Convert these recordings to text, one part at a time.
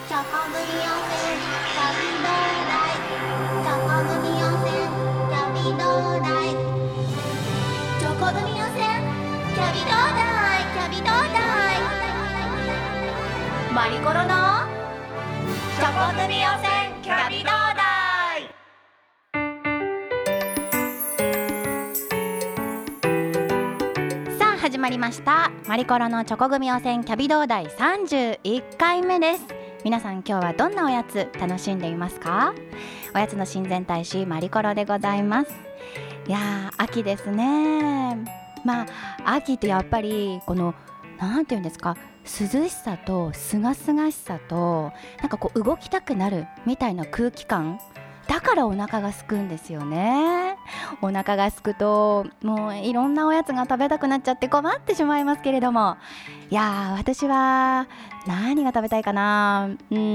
チョコ組温泉キャビどうだい、チョコ組温泉キャビどうだい、チョコ組温泉キャビどうだい、キャビどうだい、マリコロのチョコ組温泉キャビどうだい。始まりましたマリコロのチョコ組温泉キャビどうだい31回目です。皆さん今日はどんなおやつ楽しんでいますか？おやつの親善大使マリコロでございます。いやー、秋ですね。まあ秋ってやっぱりこのなんていうんですか、涼しさとすがすがしさとなんかこう動きたくなるみたいな空気感だからお腹が空くんですよね。お腹が空くともういろんなおやつが食べたくなっちゃって困ってしまいますけれども、いやー、私は何が食べたいかな。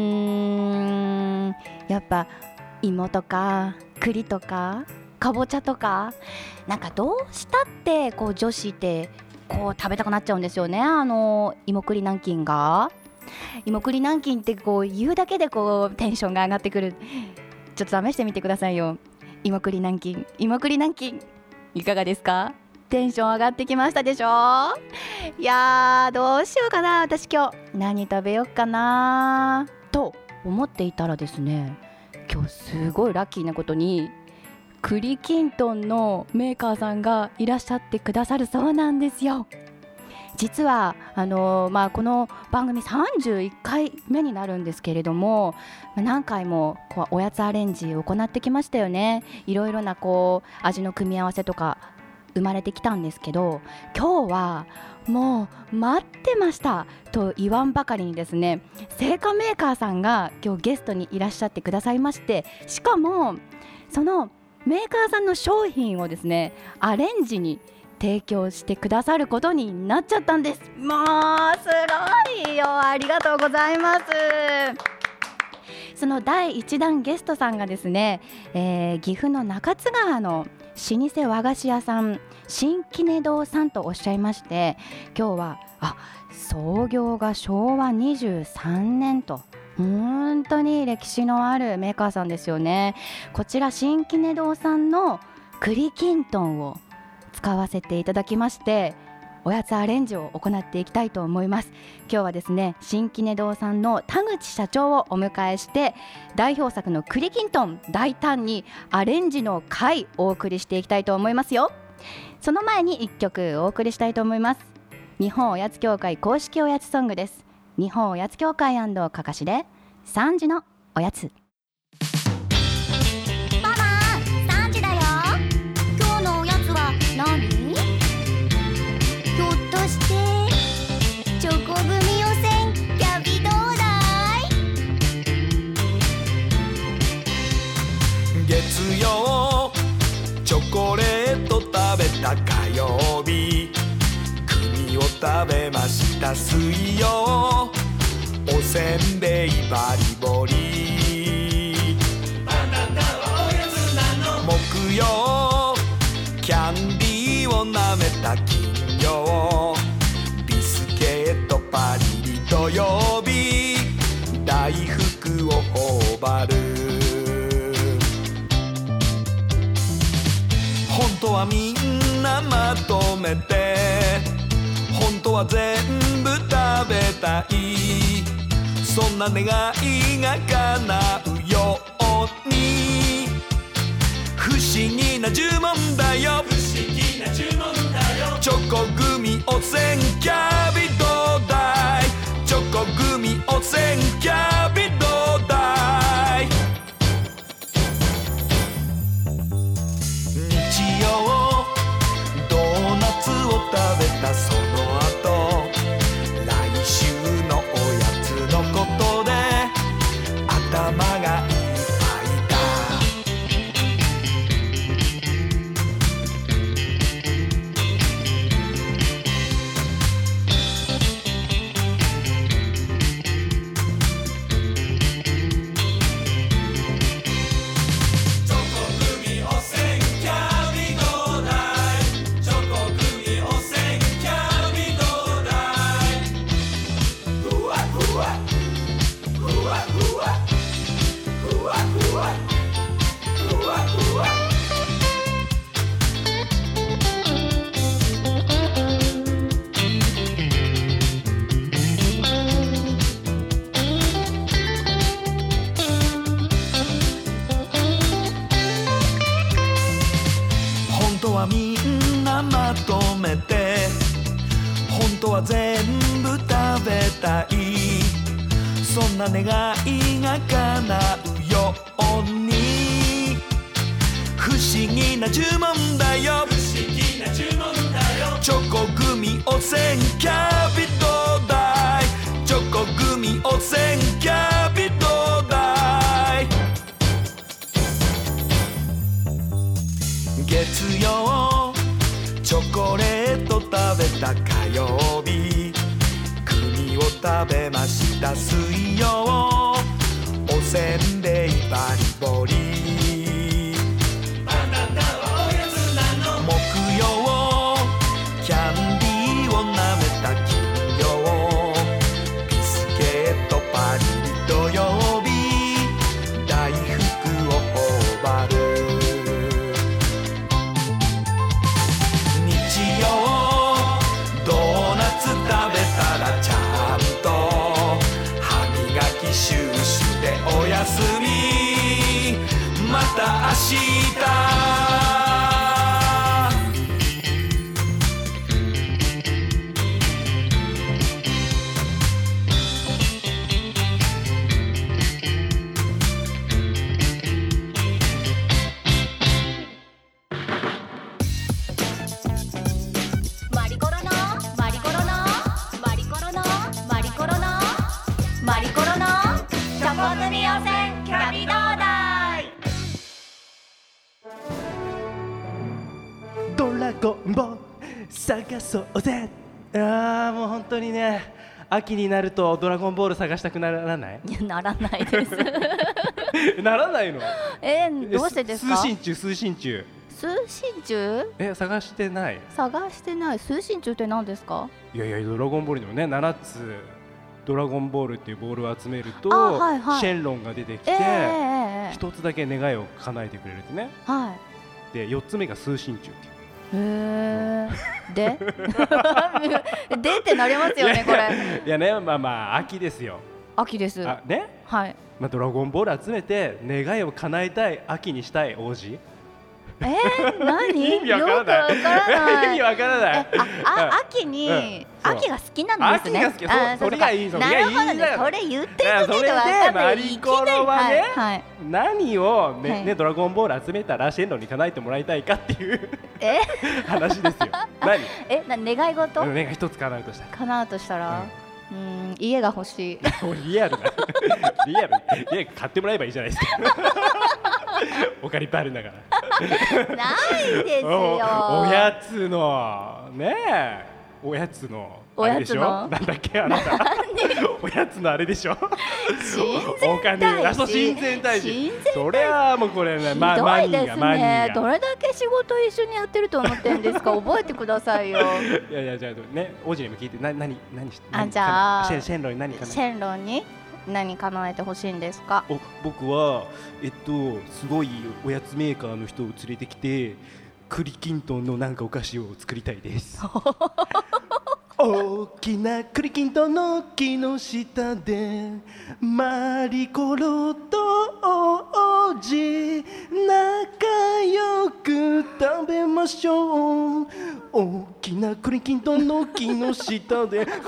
やっぱ芋とか栗とかかぼちゃとか、なんかどうしたってこう女子ってこう食べたくなっちゃうんですよね。芋栗南京が芋栗南京ってこう言うだけでこうテンションが上がってくる。ちょっと試してみてくださいよ。芋栗南京、芋栗南京いかがですか？テンション上がってきましたでしょ？いやー、どうしようかな。私今日何食べようかなと思っていたらですね、今日すごいラッキーなことに栗きんとんのメーカーさんがいらっしゃってくださるそうなんですよ。実はこの番組31回目になるんですけれども、何回もこうおやつアレンジを行ってきましたよね。いろいろなこう味の組み合わせとか生まれてきたんですけど、今日はもう待ってましたと言わんばかりにですね、製菓メーカーさんが今日ゲストにいらっしゃってくださいまして、しかもそのメーカーさんの商品をですねアレンジに提供してくださることになっちゃったんです。もうすごいよ、ありがとうございます。その第1弾ゲストさんがですね、岐阜の中津川の老舗和菓子屋さん新杵堂さんとおっしゃいまして、今日は創業が昭和23年と本当に歴史のあるメーカーさんですよね。こちら新杵堂さんの栗きんとんを使わせていただきまして、おやつアレンジを行っていきたいと思います。今日はですね、新杵堂さんの田口社長をお迎えして、代表作の栗きんとん大胆にアレンジの回お送りしていきたいと思いますよ。その前に1曲お送りしたいと思います。日本おやつ協会公式おやつソングです。日本おやつ協会&かかしで3時のおやつ。ママ、3時だよ。今日のおやつは何？ひょっとしてチョコ組予選キャビどうだい？ 月曜チョコレート食べた火曜日、栗を食べました水曜、おせんべいバリボリ、バナナはおやつなの。木曜キャンディーを舐めた金曜、ビスケットパリリ土曜日、大福を頬張る。本当はみんなまとめて、本当は全部食べたい、そんな願いが叶うように、不思議な呪文だよ、不思議な呪文だよ。チョコ組汚染キャビどうだい、チョコ組汚染キャビどうだい。日曜ドーナツを食べたその後、来週のおやつのことで頭がいっぱいだ。 は全部食べたい、そんな願いが叶うように。不思議な呪文だよ、不思議な呪文だよ。チョコグミ汚染キャビトダイ、チョコグミ汚染キャビトダイ。月曜チョコレート食べた火曜日、栗を食べました水曜、おせんべいバリボリ、バナナはおやつなの。木曜キャンディーを舐めた金曜、ビスケットパリリ土曜日、大福を頬張る。日曜ドーナツ食べたらちゃんと歯磨きシューシュでおやすみ、また明日。 マリコロのマリコロのマリコロのマリコロのマリコロのチョコグミ汚染キャビドーダイ。 ドラゴンボール探そうぜ。もう本当にね、秋になるとドラゴンボール探したくならない？ いや、ならないですならないの？ どうしてですか？ 通信中通信中探してない？ 探してない。通信中って何ですか？ いやいや、ドラゴンボールにもね、7つドラゴンボールっていうボールを集めると、 はいはい、 シェンロンが出てきて、1つだけ願いを叶えてくれるってね。 はい。 で4つ目が通信中っていう。 ででってなりますよね、これ。 いやね、まあまあ秋ですよ。 秋です。 ね、 はい。 まあ、ドラゴンボール集めて願いを叶えたい、秋にしたい王子。 何？ 意味わからない。 よくわからない。 意味わからない。 秋に、秋が好きなんですね。 秋が好き。それがいい。 なるほどね。それ言ってることが分かんない。 マリコロはね、 はい、 何をね、ドラゴンボール集めたらシェンロンに叶えてもらいたいかっていう話ですよ。 何？願い事？ 願い一つ叶うとしたら。 叶うとしたら、家が欲しい。 リアルな。家買ってもらえばいいじゃないですか。お金いっぱいあるんだから。 ないですよ。 おやつのね、おやつのあれでしょ。なんだっけ、あなた。おやつのあれでしょ。親善大使。それはもうこれね、マニーが。 どれだけ仕事一緒にやってると思ってるんですか。覚えてくださいよ。 いやいや、じゃあね、王子にも聞いて、何して。 じゃあシェンロンに何か。 シェンロンに何叶えてほしいんですか。 僕はすごいおやつメーカーの人を連れてきて、栗きんとんのなんかお菓子を作りたいです大きな栗きんとんの木の下でマリコロと王子仲良く食べましょう。大きな栗きんとんの木の下で栗きんとん。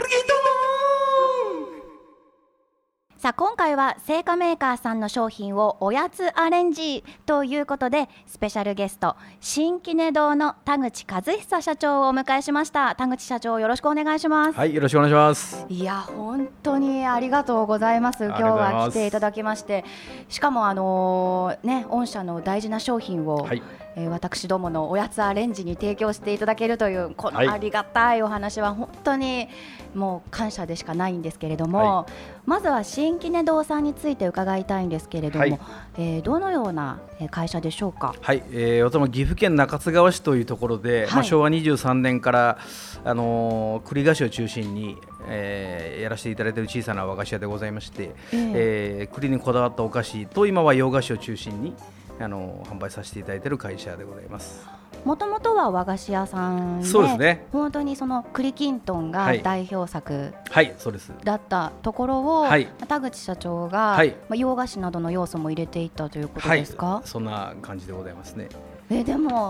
さあ、今回は製菓メーカーさんの商品をおやつアレンジということで、スペシャルゲスト新キネ堂の田口和久社長をお迎えしました。田口社長、よろしくお願いします。 はい、よろしくお願いします。 いや、本当にありがとうございます。今日は来ていただきまして、しかも御社の大事な商品を、私どものおやつアレンジに提供していただけるというこのありがたいお話は本当にもう感謝でしかないんですけれども、まずは新キネ堂さんについて伺いたいんですけれども、どのような会社でしょうか。 私も岐阜県中津川市というところで、昭和23年から栗菓子を中心に、やらせていただいている小さな和菓子屋でございまして、栗にこだわったお菓子と今は洋菓子を中心に販売させていただいている会社でございます。 もともとは和菓子屋さんで、 そうですね、 本当にその栗きんとんが代表作だったところを、田口社長が、洋菓子などの要素も入れていったということですか。 そんな感じでございますね。 でも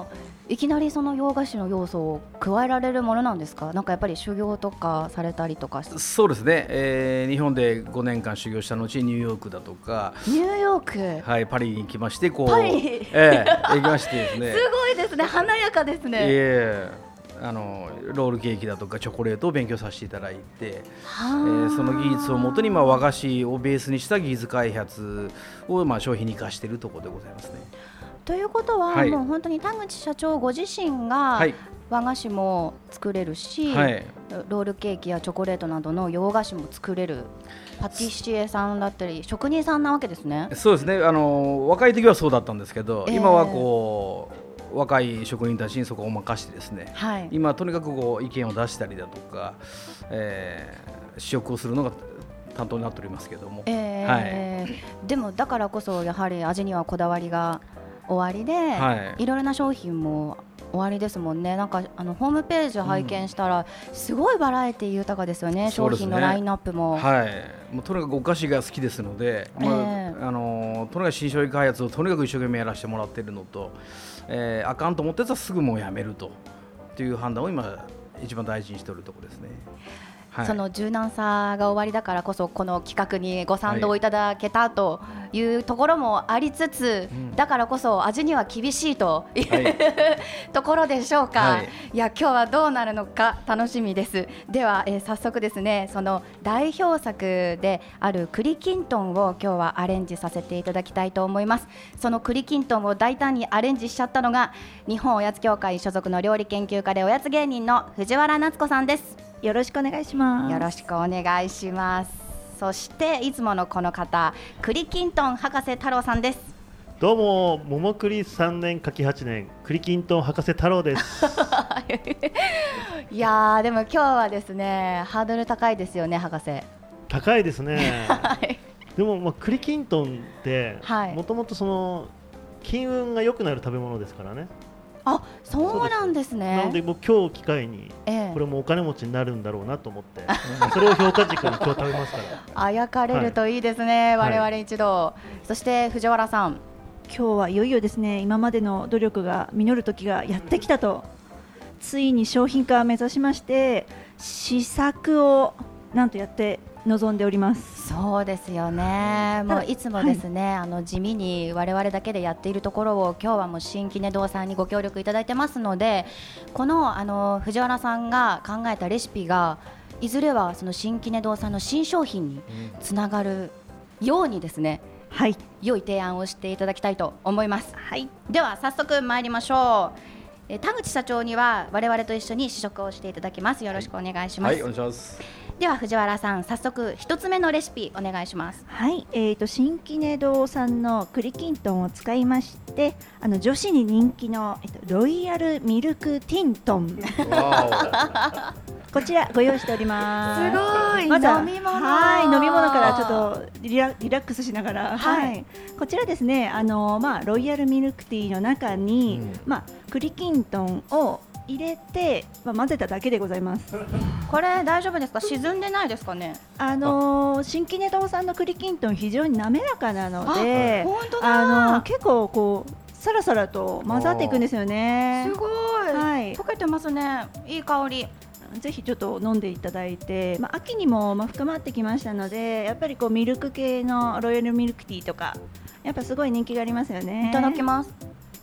いきなりその洋菓子の要素を加えられるものなんですか？なんかやっぱり修行とかされたりとか。 そうですね、日本で5年間修行した後ニューヨークだとか、 ニューヨーク、 はい、パリに行きまして、こうパリ行きましてですねすごいですね、華やかですね。 ロールケーキだとかチョコレートを勉強させていただいて、その技術をもとに和菓子をベースにした技術開発を商品に生かしているところでございますね。 ということは、 はい、 もう本当に田口社長ご自身が和菓子も作れるし、はい、ロールケーキやチョコレートなどの洋菓子も作れるパティシエさんだったり職人さんなわけですね。 そうですね、若い時はそうだったんですけど、今はこう若い職人たちにそこを任してですね、はい、今とにかく意見を出したりだとか、試食をするのが担当になっておりますけども、 はい、でもだからこそやはり味にはこだわりがおありで、はい、いろいろな商品もおありですもんね。なんかホームページ拝見したら、すごいバラエティ豊かですよね、商品のラインナップも。はい、 もうとにかくお菓子が好きですので、とにかく新商品開発をとにかく一生懸命やらせてもらっているのと、あかんと思ってたらすぐもうやめるという判断を今一番大事にしているところですね。はい、 その柔軟さが終わりだからこそこの企画にご賛同いただけたというところもありつつ、だからこそ味には厳しいという、はい、ところでしょうか。はい、いや今日はどうなるのか楽しみです。では、早速ですね、その代表作である栗きんとんを今日はアレンジさせていただきたいと思います。その栗きんとんを大胆にアレンジしちゃったのが日本おやつ協会所属の料理研究家でおやつ芸人の藤原夏子さんです。 よろしくお願いします。 よろしくお願いします。そしていつものこの方、栗きんとん博士太郎さんです。 どうも、桃栗3年柿8年栗きんとん博士太郎ですいやでも今日はですね、ハードル高いですよね、博士。 高いですね、 はい、 でも、栗きんとんってもともとその金運が良くなる食べ物ですからね。 あ、そうなんですね。 なのでもう今日機会にこれもお金持ちになるんだろうなと思って、それを評価軸に今日食べますからあやかれるといいですね、はい、我々一度、はい、そして藤原さん、 今日はいよいよですね、今までの努力が実る時がやってきたと、ついに商品化を目指しまして試作をなんとやって望んでおります。 そうですよね、もういつもですね、はい、地味に我々だけでやっているところを今日はもう新キネ堂さんにご協力いただいてますので、この藤原さんが考えたレシピがいずれはその新キネ堂さんの新商品につながるようにですね、はい、良い提案をしていただきたいと思います。はい、では早速参りましょう。田口社長には我々と一緒に試食をしていただきます。よろしくお願いします。 はい、お願いします。 では藤原さん、早速一つ目のレシピお願いします。 はい、新キネ堂さんの栗きんとんを使いまして、女子に人気の、ロイヤルミルクティントンこちらご用意しております。 すごい、 まず飲み物、 はい、飲み物からちょっとリラックスしながら、はい、こちらですね、ロイヤルミルクティーの中に、栗きんとんを入れて、混ぜただけでございます。 これ大丈夫ですか？沈んでないですかね？ 新キネ堂さんの栗きんとん非常に滑らかなので、 本当だ、 結構こうさらさらと混ざっていくんですよね。 すごい、はい、溶けてますね。いい香り。 ぜひちょっと飲んでいただいて、秋にも深まってきましたので、やっぱりこうミルク系のロイヤルミルクティーとかやっぱすごい人気がありますよね。 いただきます。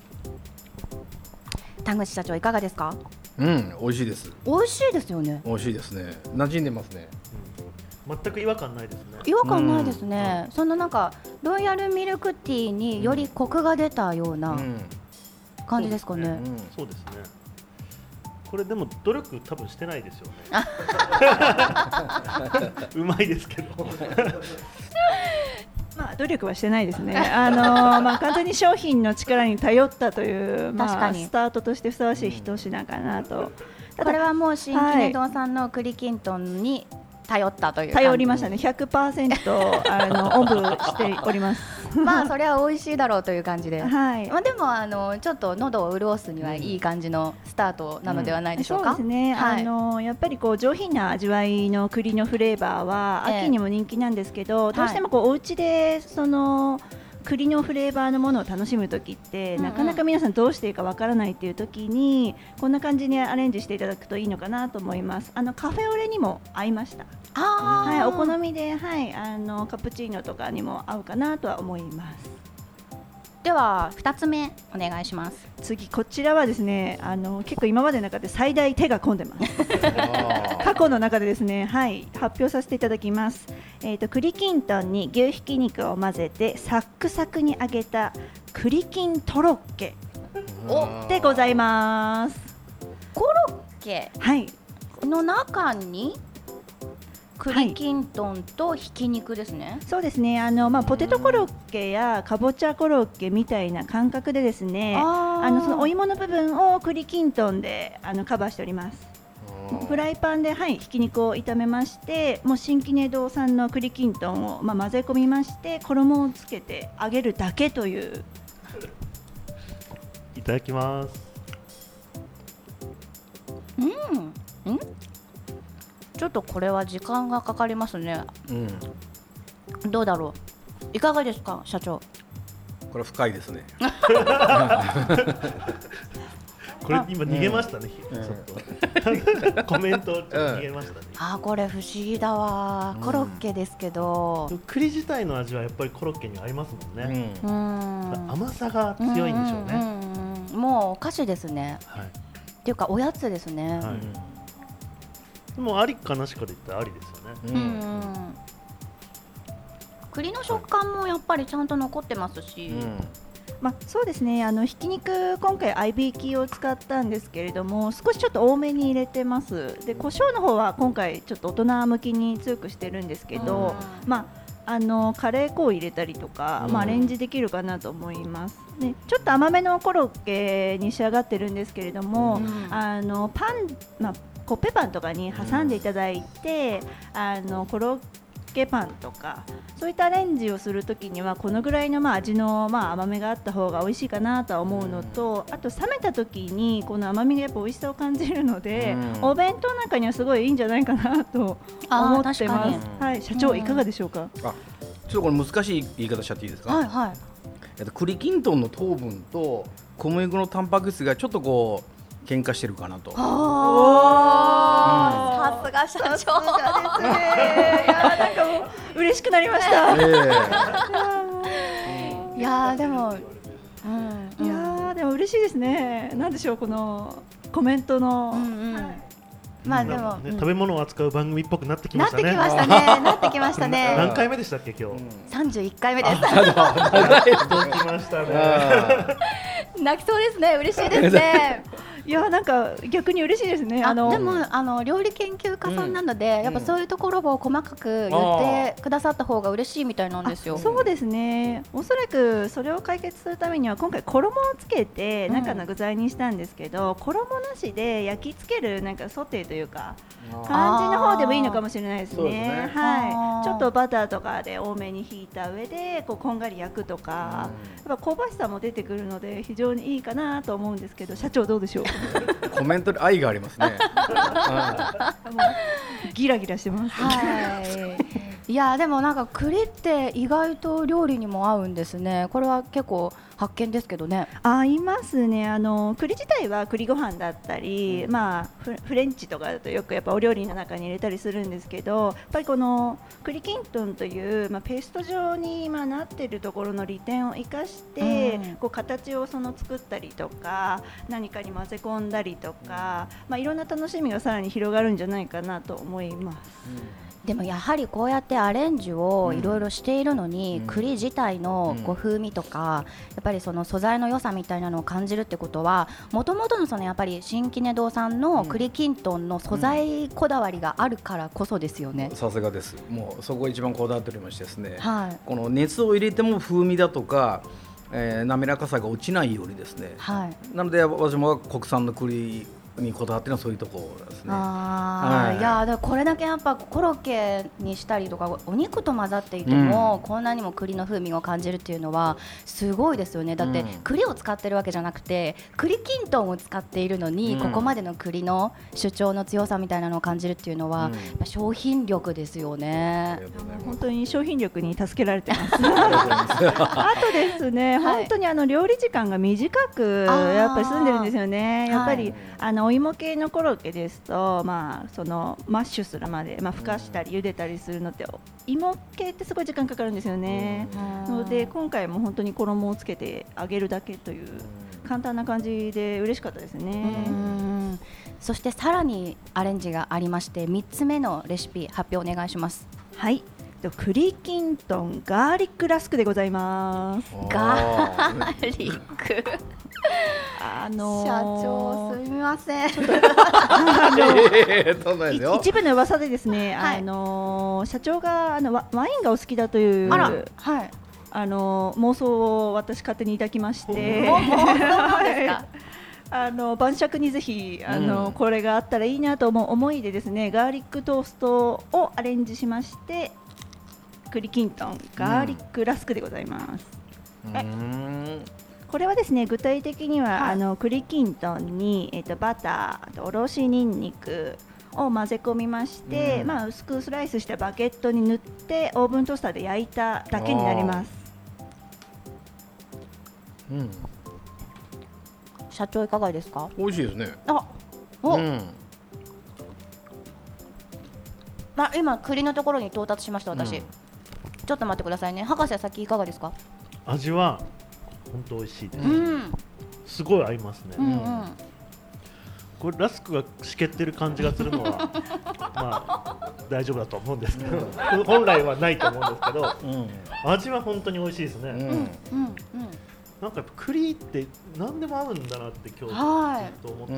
田口社長いかがですか？ 美味しいです。 美味しいですよね。 美味しいですね。馴染んでますね。 全く違和感ないですね。 違和感ないですね。そのなんかロイヤルミルクティーによりコクが出たような感じですかね。 そうですね。これでも努力多分してないですよね。うまいですけど。 努力はしてないですね。完全に商品の力に頼ったという、スタートとしてふさわしい一品かなと。 これはもう新キネ堂さんの栗きんとんに頼ったという頼りましたね。 100% おんぶしております。 それは美味しいだろうという感じで、はい、でもちょっと喉を潤すにはいい感じのスタートなのではないでしょうか。 そうですね、はい、やっぱりこう上品な味わいの栗のフレーバーは秋にも人気なんですけど、どうしてもこうお家でその栗のフレーバーのものを楽しむ時って、なかなか皆さんどうしていいかわからないっていう時にこんな感じにアレンジしていただくといいのかなと思います。カフェオレにも合いました。はい、お好みで、はい、カプチーノとかにも合うかなとは思います。 では2つ目お願いします。 次こちらはですね、結構今までの中で最大手が込んでます過去の中でですね、はい、発表させていただきます。栗きんとんに牛ひき肉を混ぜてサックサクに揚げた栗きんトロッケでございます。 コロッケ、 はい、 の中に栗きんとんとひき肉ですね。 はい、そうですね。ポテトコロッケやかぼちゃコロッケみたいな感覚でですね、そのお芋の部分を栗きんとんでカバーしております。フライパンで、はい、ひき肉を炒めまして、もう新木根堂産の栗きんとんを、混ぜ込みまして衣をつけて揚げるだけという。 いただきます。 ちょっとこれは時間がかかりますね。どうだろう、いかがですか社長。 これ深いですねこれ今逃げましたね、コメント逃げましたね。 これ不思議だわ。コロッケですけど、 栗自体の味はやっぱりコロッケに合いますもんね。甘さが強いんでしょうね。 もうお菓子ですね。っていうかおやつですね。 でもありかなしかで言ったらありですよね。 栗の食感もやっぱりちゃんと残ってますし、 そうですね。ひき肉今回合いびきを使ったんですけれども、少しちょっと多めに入れてます。で胡椒の方は今回ちょっと大人向きに強くしてるんですけど、カレー粉を入れたりとか、アレンジできるかなと思います。でちょっと甘めのコロッケに仕上がってるんですけれども、パン、コッペパンとかに挟んでいただいて、コロッケパンとかそういったアレンジをするときにはこのぐらいの味の甘めがあった方が美味しいかなとは思うのと、あと冷めたときにこの甘みがやっぱ美味しさを感じるので、お弁当なんかにはすごいいいんじゃないかなと思ってます。はい、社長いかがでしょうか。 ちょっとこれ難しい言い方しちゃっていいですか。栗きんとんの糖分と小麦粉のタンパク質がちょっとこう喧嘩してるかなと。 さすが社長。 さすがですね。いやなんかもう嬉しくなりました。 いやでも、 いやでも嬉しいですね。なんでしょうこのコメントの。 でも食べ物を扱う番組っぽくなってきましたね。 なってきましたね。 何回目でしたっけ今日。 31回目です。 驚きましたね。 泣きそうですね。嬉しいですね。 いやなんか逆に嬉しいですね。 でも料理研究家さんなので、やっぱそういうところを細かく言ってくださった方が嬉しいみたいなんですよ。 そうですね。おそらくそれを解決するためには今回衣をつけて中の具材にしたんですけど、衣なしで焼き付けるなんかソテーというか感じの方でもいいのかもしれないですね。はい。ちょっとバターとかで多めにひいた上でこんがり焼くとか、やっぱ香ばしさも出てくるので非常にいいかなと思うんですけど、社長どうでしょう。 コメントで愛がありますね。 ギラギラしてます。 いやでもなんか栗って意外と料理にも合うんですね。これは結構発見ですけどね。 合いますね。栗自体は栗ご飯だったり、フレンチとかだとよくやっぱお料理の中に入れたりするんですけど、やっぱりこの栗きんとんという、ペースト状になっているところの利点を生かして、形を作ったりとか何かに混ぜ込んだりとか、いろんな楽しみがさらに広がるんじゃないかなと思います。 でもやはりこうやってアレンジをいろいろしているのに、栗自体の風味とか、やっぱりその素材の良さみたいなのを感じるってことは、もともとのやっぱり新木根堂さんの栗きんとんの素材こだわりがあるからこそですよね。 さすがです。もうそこが一番こだわっておりましてですね、この熱を入れても風味だとか、滑らかさが落ちないようにですね、なので私も国産の栗にこだわってるのはそういうところですね。 いやだこれだけやっぱコロッケにしたりとかお肉と混ざっていても、こんなにも栗の風味を感じるっていうのはすごいですよね。だって栗を使ってるわけじゃなくて栗きんとんを使っているのに、ここまでの栗の主張の強さみたいなのを感じるっていうのは、やっぱ商品力ですよね。 本当に商品力に助けられてますあとですね、本当に料理時間が短くやっぱり済んでるんですよね。やっぱりお芋系のコロッケですと、そのマッシュするまで、ふかしたり茹でたりするのって芋系ってすごい時間かかるんですよね。ので今回も本当に衣をつけて揚げるだけという簡単な感じで嬉しかったですね。 そしてさらにアレンジがありまして、3つ目のレシピ発表お願いします。 はい、栗きんとんガーリックラスクでございます。 ガーリック社長すみません一部の噂でですね、社長がワインがお好きだという妄想を私勝手に抱きまして晩酌にぜひこれがあったらいいなと思う思いでですね、ガーリックトーストをアレンジしまして栗きんとんガーリックラスクでございます。これはですね、具体的には栗きんとんにバター、おろしにんにくを混ぜ込みまして、薄くスライスしたバゲットに塗ってオーブントースターで焼いただけになります。 社長いかがですか？ 美味しいですね。 今栗のところに到達しました。私、ちょっと待ってくださいね。博士先いかがですか？ 味は本当美味しいです。すごい合いますね。これラスクがしけってる感じがするのは大丈夫だと思うんですけど本来はないと思うんですけど、味は本当に美味しいですね。なんかやっぱ栗って何でも合うんだなって今日ずっと思って、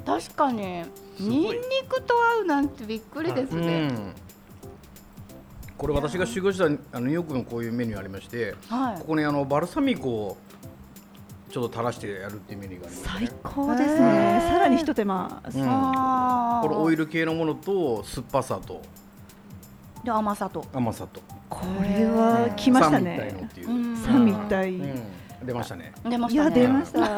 確かにニンニクと合うなんてびっくりですね。 これ私が修行したニューヨークのこういうメニューありまして、ここにバルサミコをちょっと垂らしてやるっていうメニューがありますね。 最高ですね。さらに一手間。 これオイル系のものと酸っぱさとで甘さとこれは来ましたね。酸みたい。 出ましたね。 出ました。ち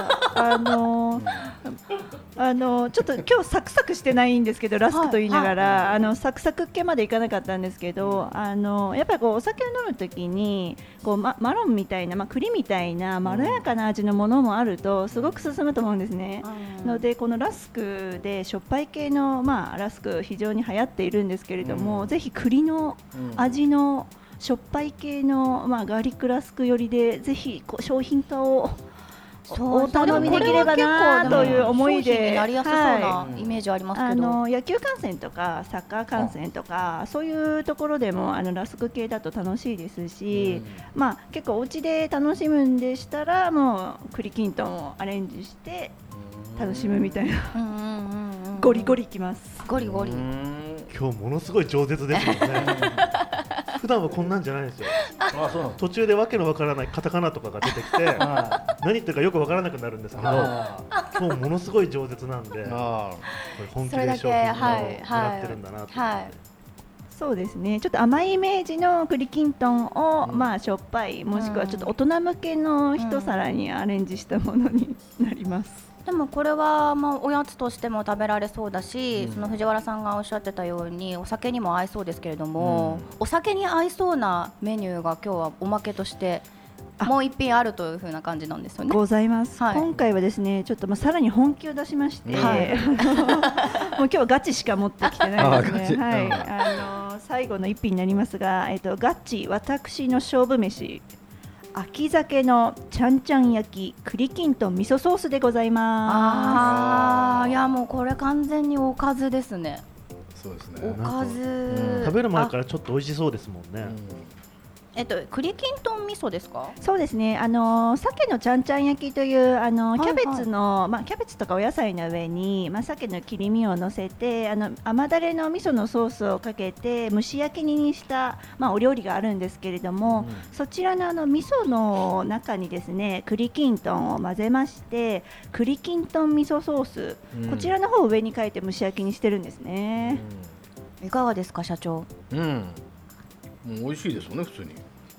ょっと今日サクサクしてないんですけど、ラスクと言いながらサクサク系までいかなかったんですけど、やっぱりお酒を飲むときにマロンみたいな、栗みたいなまろやかな味のものもあるとすごく進むと思うんですね。のでこのラスクでしょっぱい系のラスク非常に流行っているんですけれども、ぜひ栗の味のしょっぱい系のガーリックラスクよりでぜひ商品化をお頼みできればなという思いで、商品になりやすそうなイメージありますけど、 野球観戦とかサッカー観戦とかそういうところでもラスク系だと楽しいですし、結構お家で楽しむんでしたらもう栗きんとんをアレンジして楽しむみたいなゴリゴリいきます。 ゴリゴリ。 今日ものすごい饒舌ですよね普段はこんなんじゃないんですよ。途中でわけのわからないカタカナとかが出てきて何言ってるかよくわからなくなるんですけど、今日ものすごい饒舌なんで、これ本気で商品を狙ってるんだなと思って。 そうですね、ちょっと甘いイメージの栗きんとんを、しょっぱいもしくはちょっと大人向けの一皿にアレンジしたものになります。 でもこれはおやつとしても食べられそうだし、その藤原さんがおっしゃってたようにお酒にも合いそうですけれども、お酒に合いそうなメニューが今日はおまけとしてもう一品あるという風な感じなんですよね。 ございます。今回はですね、ちょっとさらに本気を出しまして、もう今日はガチしか持ってきてないですね。最後の一品になりますが、ガチ私の勝負飯。秋鮭のちゃんちゃん焼き栗きんとん味噌ソースでございます。 いやもうこれ完全におかずですね。 そうですね。 おかず。 食べる前からちょっと美味しそうですもんね。 栗きんとん味噌ですか？ そうですね。鮭のちゃんちゃん焼きというキャベツの、キャベツとかお野菜の上に鮭の切り身を乗せて甘だれの味噌のソースをかけて蒸し焼きにした、お料理があるんですけれども、そちらの味噌の中にですね栗きんとんを混ぜまして栗きんとん味噌ソース、こちらの方を上に書いて蒸し焼きにしてるんですね。 いかがですか社長？ もう美味しいですよね普通に。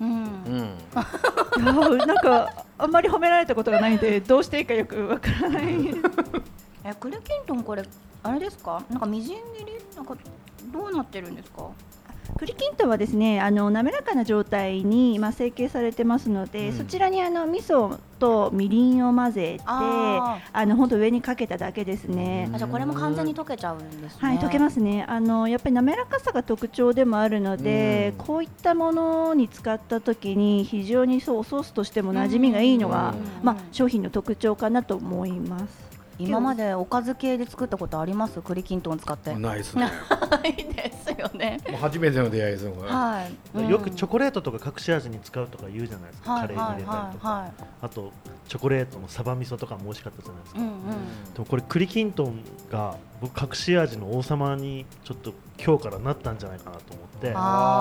なんかあんまり褒められたことがないんでどうしていいかよくわからない。 栗きんとんこれあれですか？なんかみじん切りなんかどうなってるんですか？ 栗きんとんはですね滑らかな状態に成形されてますので、そちらに味噌とみりんを混ぜて本当上にかけただけですね。 じゃあこれも完全に溶けちゃうんですね。 はい、溶けますね。やっぱり滑らかさが特徴でもあるので、こういったものに使った時に非常にソースとしても馴染みがいいのが商品の特徴かなと思います。 今までおかず系で作ったことあります？栗きんとん使って。 ないですね。 ないですよね。 もう初めての出会いですよ。 はい。 よくチョコレートとか隠し味に使うとか言うじゃないですか。カレーに入れたりとか。あとチョコレートのサバ味噌とかも美味しかったじゃないですか。でもこれ栗きんとんが僕隠し味の王様にちょっと今日からなったんじゃないかなと思って。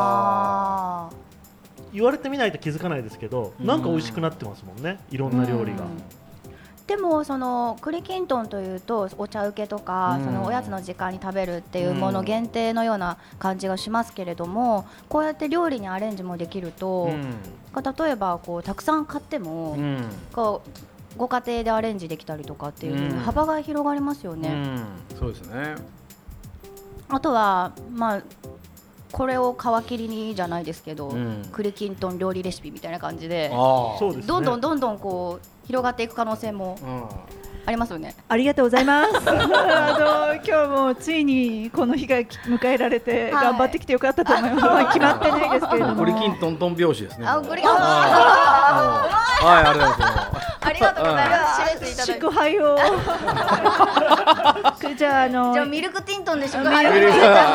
言われてみないと気づかないですけど、なんか美味しくなってますもんね。いろんな料理が。 でもその栗きんとんというとお茶受けとか、そのおやつの時間に食べるっていうもの限定のような感じがしますけれども、こうやって料理にアレンジもできると、例えばたくさん買っても、ご家庭でアレンジできたりとかっていう幅が広がりますよね。 そうですね。 あとはこれを皮切りにじゃないですけど、栗きんとん料理レシピみたいな感じで、どんどん広がっていく可能性もありますよね。 ありがとうございます。今日もついにこの日が迎えられて頑張ってきてよかったと思います。決まってないですけれども。 栗きんとんとん拍子ですね。 ありがとうございます。ありがとうございます。 祝杯を。じゃあミルクティントンで祝杯を。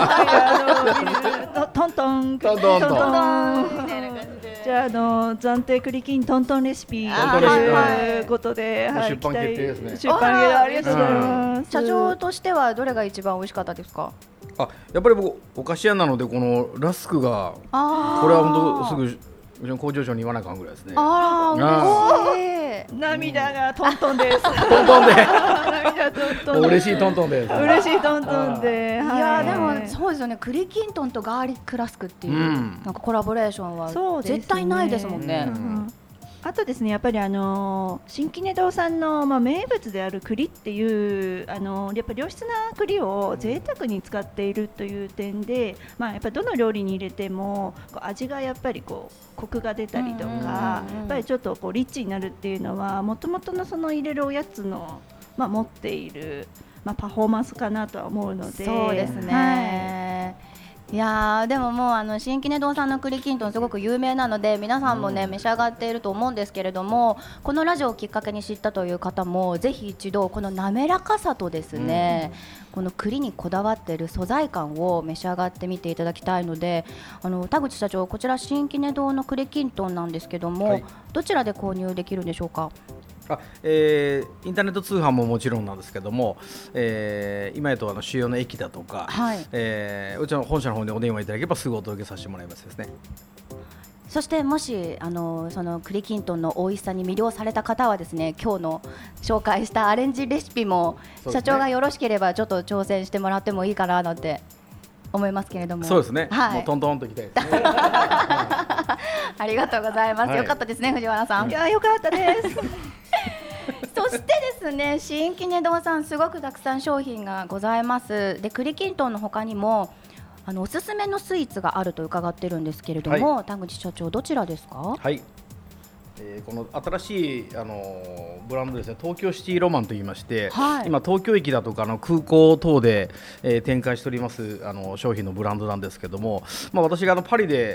トントントントントン。じゃあ暫定栗きんとんとんレシピということで、 出版決定ですね。 出版ありがとうございます。 社長としてはどれが一番美味しかったですか？ やっぱり僕お菓子屋なのでこのラスクがこれは本当すぐうちの工場長に言わないかんぐらいですね。 嬉しい。 涙がトントンです。 トントンで。 涙トントン。 嬉しいトントンです。 嬉しいトントンで。 いやでもそうですよね。栗きんとんとガーリックラスクっていうなんかコラボレーションは絶対ないですもんね。 あとですね、やっぱり新木根堂さんの名物である栗っていうやっぱ良質な栗を贅沢に使っているという点で、やっぱりどの料理に入れても味がやっぱりコクが出たりとか、やっぱりちょっとリッチになるっていうのはもともとのその入れるおやつの持っているパフォーマンスかなとは思うので。 そうですね。いやでももう新木根堂さんの栗きんとんすごく有名なので皆さんもね、召し上がっていると思うんですけれども、このラジオをきっかけに知ったという方もぜひ一度この滑らかさとですね、この栗にこだわっている素材感を召し上がってみていただきたいので、田口社長、こちら新木根堂の栗きんとんなんですけども、どちらで購入できるんでしょうか？ インターネット通販ももちろんなんですけども、今やと主要の駅だとか、うちの本社の方でお電話いただければすぐお届けさせてもらいますですね。 そしてもしその栗きんとんの美味しさに魅了された方はですね、今日の紹介したアレンジレシピも、社長がよろしければちょっと挑戦してもらってもいいかななんて思いますけれども。 そうですね、もうトントンといきたいですね。 ありがとうございます。よかったですね、藤原さん。 いや、よかったです。 そしてですね、新木根堂さんすごくたくさん商品がございます。で、栗きんとんの他にもおすすめのスイーツがあると伺ってるんですけれども、田口社長どちらですか？ はい、この新しいブランドですね、東京シティロマンといいまして、今東京駅だとか空港等で、展開しております商品のブランドなんですけども、私がパリで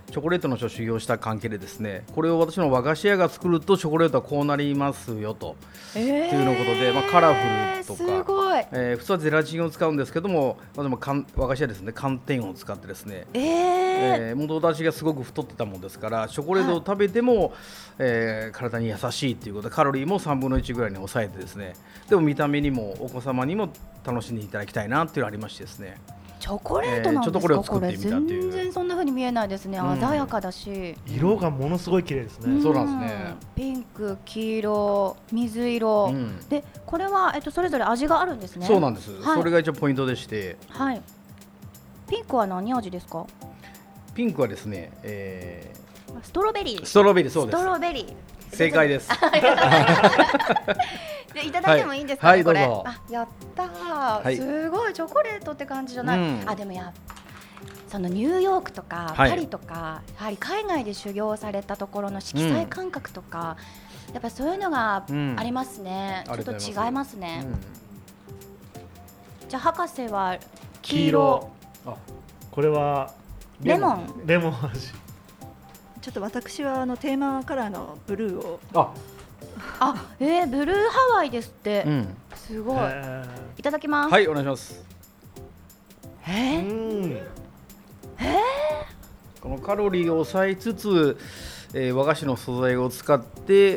チョコレートの修行した関係でですね、これを私の和菓子屋が作るとチョコレートはこうなりますよと、っていうのことで、カラフルとか、 すごい、 普通はゼラチンを使うんですけども、でも和菓子屋ですね、寒天を使ってですね、元々私がすごく太ってたもんですから、チョコレートを食べても、体に優しいということで、カロリーも3分の1ぐらいに抑えてですね、でも見た目にもお子様にも楽しんでいただきたいなっていうのがありましてですね。 チョコレートなんですか、 これを作ってみたっていう。 全然そんな風に見えないですね、鮮やかだし、 色がものすごい綺麗ですね。 そうなんですね。 ピンク、黄色、水色、でこれは、それぞれ味があるんですね。 そうなんです、それが一応ポイントでして、 ピンクは何味ですか？ ピンクはですね、 ストロベリー。 ストロベリー、そうです。 ストロベリー。 正解です。 でいただいてもいいんですかね、これ。 どうぞ。 やったー、すごいチョコレートって感じじゃない。でもそのニューヨークとかパリとか、やはり海外で修行されたところの色彩感覚とか、やっぱそういうのがありますね。ちょっと違いますね。じゃあ博士は黄色。 これはレモン。 レモン味。 ちょっと私はテーマカラーのブルーを。 ブルーハワイですって。すごい。いただきます。 はい、お願いします。このカロリーを抑えつつ、和菓子の素材を使って、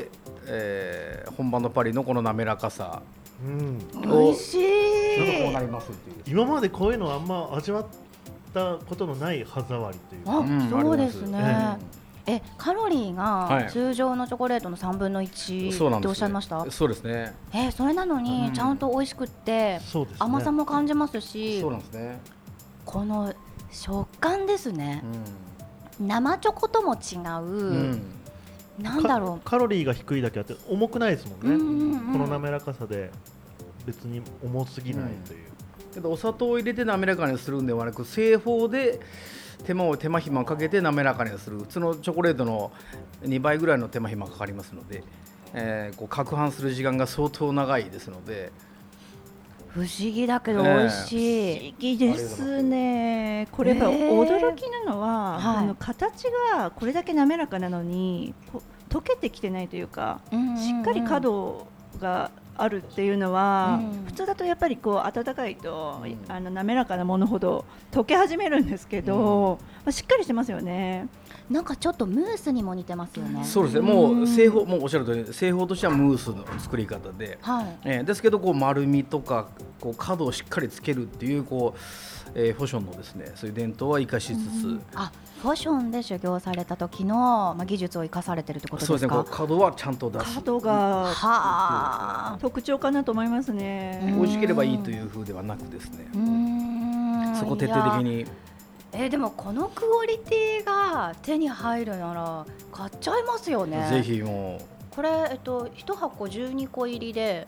本場のパリのこの滑らかさ。 美味しい。 こうなりますっていう。 今までこういうのあんま味わったことのない歯触りというか。 そうですね。カロリーが通常のチョコレートの3分の1っておっしゃいました？ そうですね。 それなのにちゃんと美味しくって甘さも感じますし、 そうなんですね。 この食感ですね。生チョコとも違う。なんだろう。 カロリーが低いだけあって重くないですもんね。この滑らかさで別に重すぎないという。 けどお砂糖を入れて滑らかにするんではなく、製法で手間暇をかけて滑らかにする、普通のチョコレートの2倍ぐらいの手間暇がかかりますので、こう攪拌する時間が相当長いですので。 不思議だけど美味しい。 不思議ですね。これやっぱ驚きなのは、形がこれだけ滑らかなのに溶けてきてないというか、しっかり角があるっていうのは、普通だとやっぱりこう温かいと、滑らかなものほど溶け始めるんですけど、しっかりしてますよね。 なんかちょっとムースにも似てますよね。 そうですね。もう製法もおっしゃる通り、製法としてはムースの作り方で、ですけどこう丸みとかこう角をしっかりつけるっていうファッションのですね、そういう伝統は生かしつつ、 ファッションで修行された時の技術を生かされてるってことですか？ そうですね。角はちゃんと出す。 角が特徴かなと思いますね。 美味しければいいという風ではなくですね。そこ徹底的に。 でもこのクオリティが手に入るなら買っちゃいますよね。 ぜひもう。 これ1箱12個入りで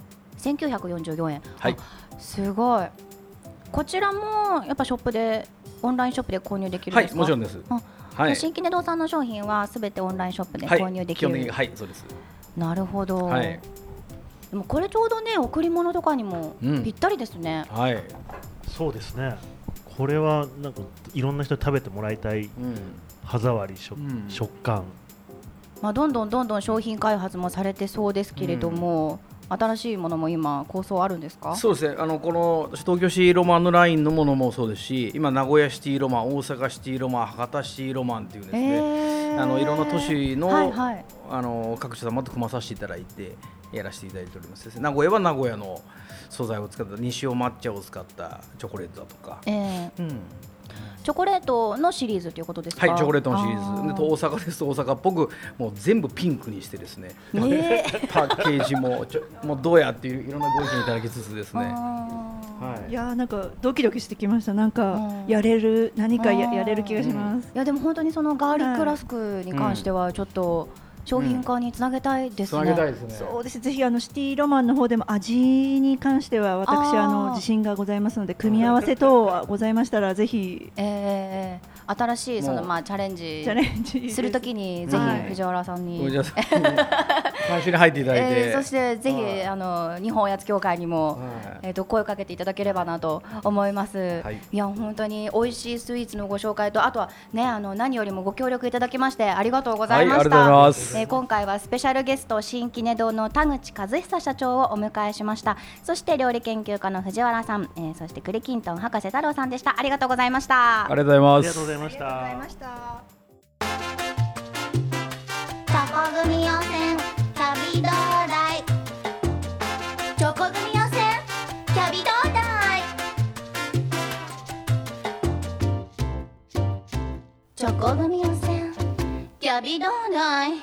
1944円。すごい。こちらもやっぱショップでオンラインショップで購入できるんですか？ もちろんです。 新規ネ堂さんの商品はすべてオンラインショップで購入できる。 そうです。 なるほど。でもこれちょうどね、贈り物とかにもぴったりですね。 そうですね。これはなんかいろんな人に食べてもらいたい歯触り、食感。 どんどん商品開発もされてそうですけれども、新しいものも今構想あるんですか？ そうですね。この東京シティロマンのラインのものもそうですし、今名古屋シティロマン、大阪シティロマン、博多シティロマンっていうですね、いろんな都市の、各社様と組まさせていただいてやらせていただいておりますですね。名古屋は名古屋の素材を使った西尾抹茶を使ったチョコレートだとか、 チョコレートのシリーズということですか？ チョコレートのシリーズで、大阪ですと大阪っぽくもう全部ピンクにしてですね、パッケージももうどうやっていういろんなご意見いただきつつですね。 いやなんかドキドキしてきました。なんか何かやれる気がします。 いやでも本当にそのガーリックラスクに関してはちょっと商品化につなげたいですね。 そうです。ぜひシティロマンの方でも味に関しては私自信がございますので、組み合わせ等ございましたらぜひ、 新しいチャレンジするときにぜひ藤原さんに最初に入っていただいて、 そしてぜひ日本おやつ協会にも、声をかけていただければなと思います、いや本当に美味しいスイーツのご紹介と、あとはね何よりもご協力いただきましてありがとうございました。今回はスペシャルゲスト新キネ堂の田口和久社長をお迎えしました。そして料理研究家の藤原さん、そして栗きんとん博士太郎さんでした。ありがとうございました。 ありがとうございます。 ありがとうございました。 チョコ組予選旅道大、チョコ組予選キャビ道大、チョコ組予選キャビ道大。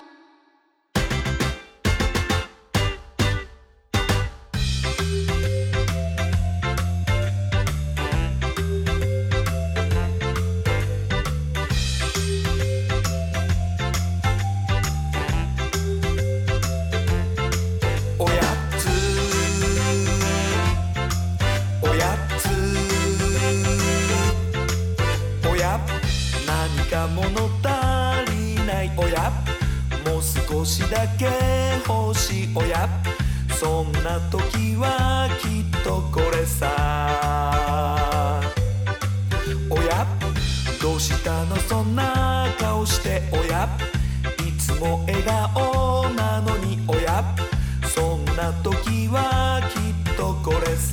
少しだけ欲しいおや、そんな時はきっとこれさ。おやどうしたのそんな顔しておや、いつも笑顔なのにおや、そんな時はきっとこれさ。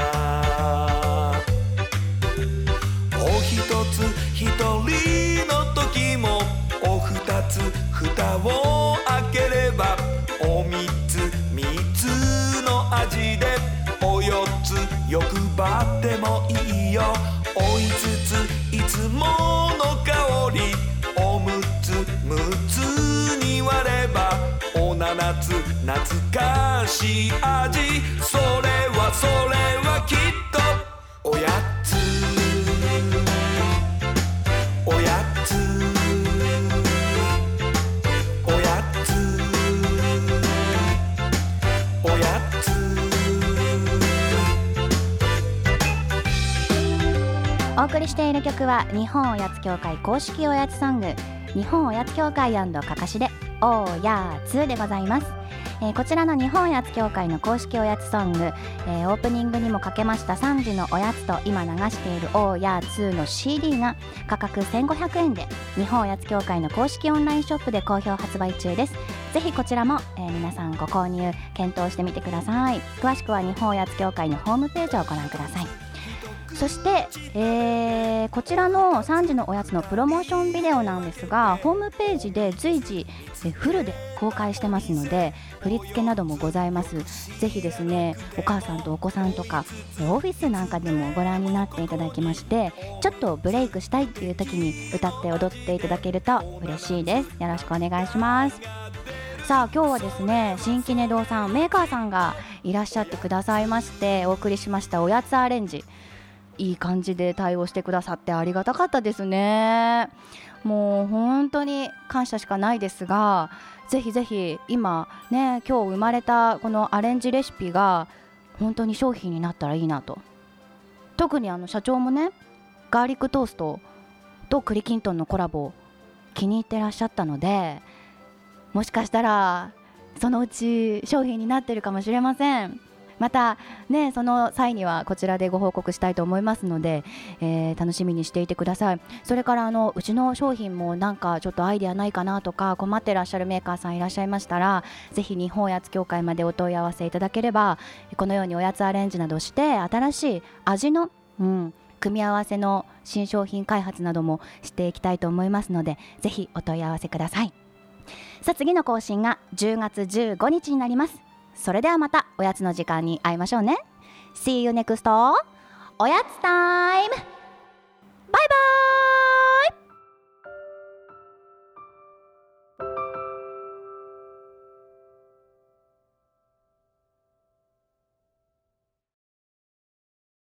おひとつひとりの時もおふたつ蓋を開ければおみつみつの味でおよつ欲張ってもいいよ。おいつついつもの香りおむつむつに割ればお七つ懐かしい味。それはきっとおやつおやつおやつおやつ。 お送りしている曲は日本おやつ協会公式おやつソング、日本おやつ協会&かかしでおやつでございます。こちらの日本おやつ協会の公式おやつソング、オープニングにもかけました3時のおやつと今流しているおやつの CD が価格1500円で日本おやつ協会の公式オンラインショップで好評発売中です。ぜひこちらも、皆さんご購入検討してみてください。詳しくは日本おやつ協会のホームページをご覧ください。そして、こちらの3時のおやつのプロモーションビデオなんですが、ホームページで随時フルで公開してますので振り付けなどもございます。ぜひですねお母さんとお子さんとかオフィスなんかでもご覧になっていただきまして、ちょっとブレイクしたいっていう時に歌って踊っていただけると嬉しいです。よろしくお願いします。さあ今日はですね新キネ堂さんメーカーさんがいらっしゃってくださいましてお送りしましたおやつアレンジ、いい感じで対応してくださってありがたかったですね。もう本当に感謝しかないですが、ぜひぜひ今ね今日生まれたこのアレンジレシピが本当に商品になったらいいなと。特に社長もねガーリックトーストと栗きんとんのコラボ気に入ってらっしゃったので、もしかしたらそのうち商品になってるかもしれません。またねその際にはこちらでご報告したいと思いますので、楽しみにしていてください。それからうちの商品もなんかちょっとアイデアないかなとか困ってらっしゃるメーカーさんいらっしゃいましたら、ぜひ日本おやつ協会までお問い合わせいただければ、このようにおやつアレンジなどして新しい味の、組み合わせの新商品開発などもしていきたいと思いますので、ぜひお問い合わせください。さあ次の更新が10月15日になります。それではまたおやつの時間に会いましょうね。See you next おやつタイム。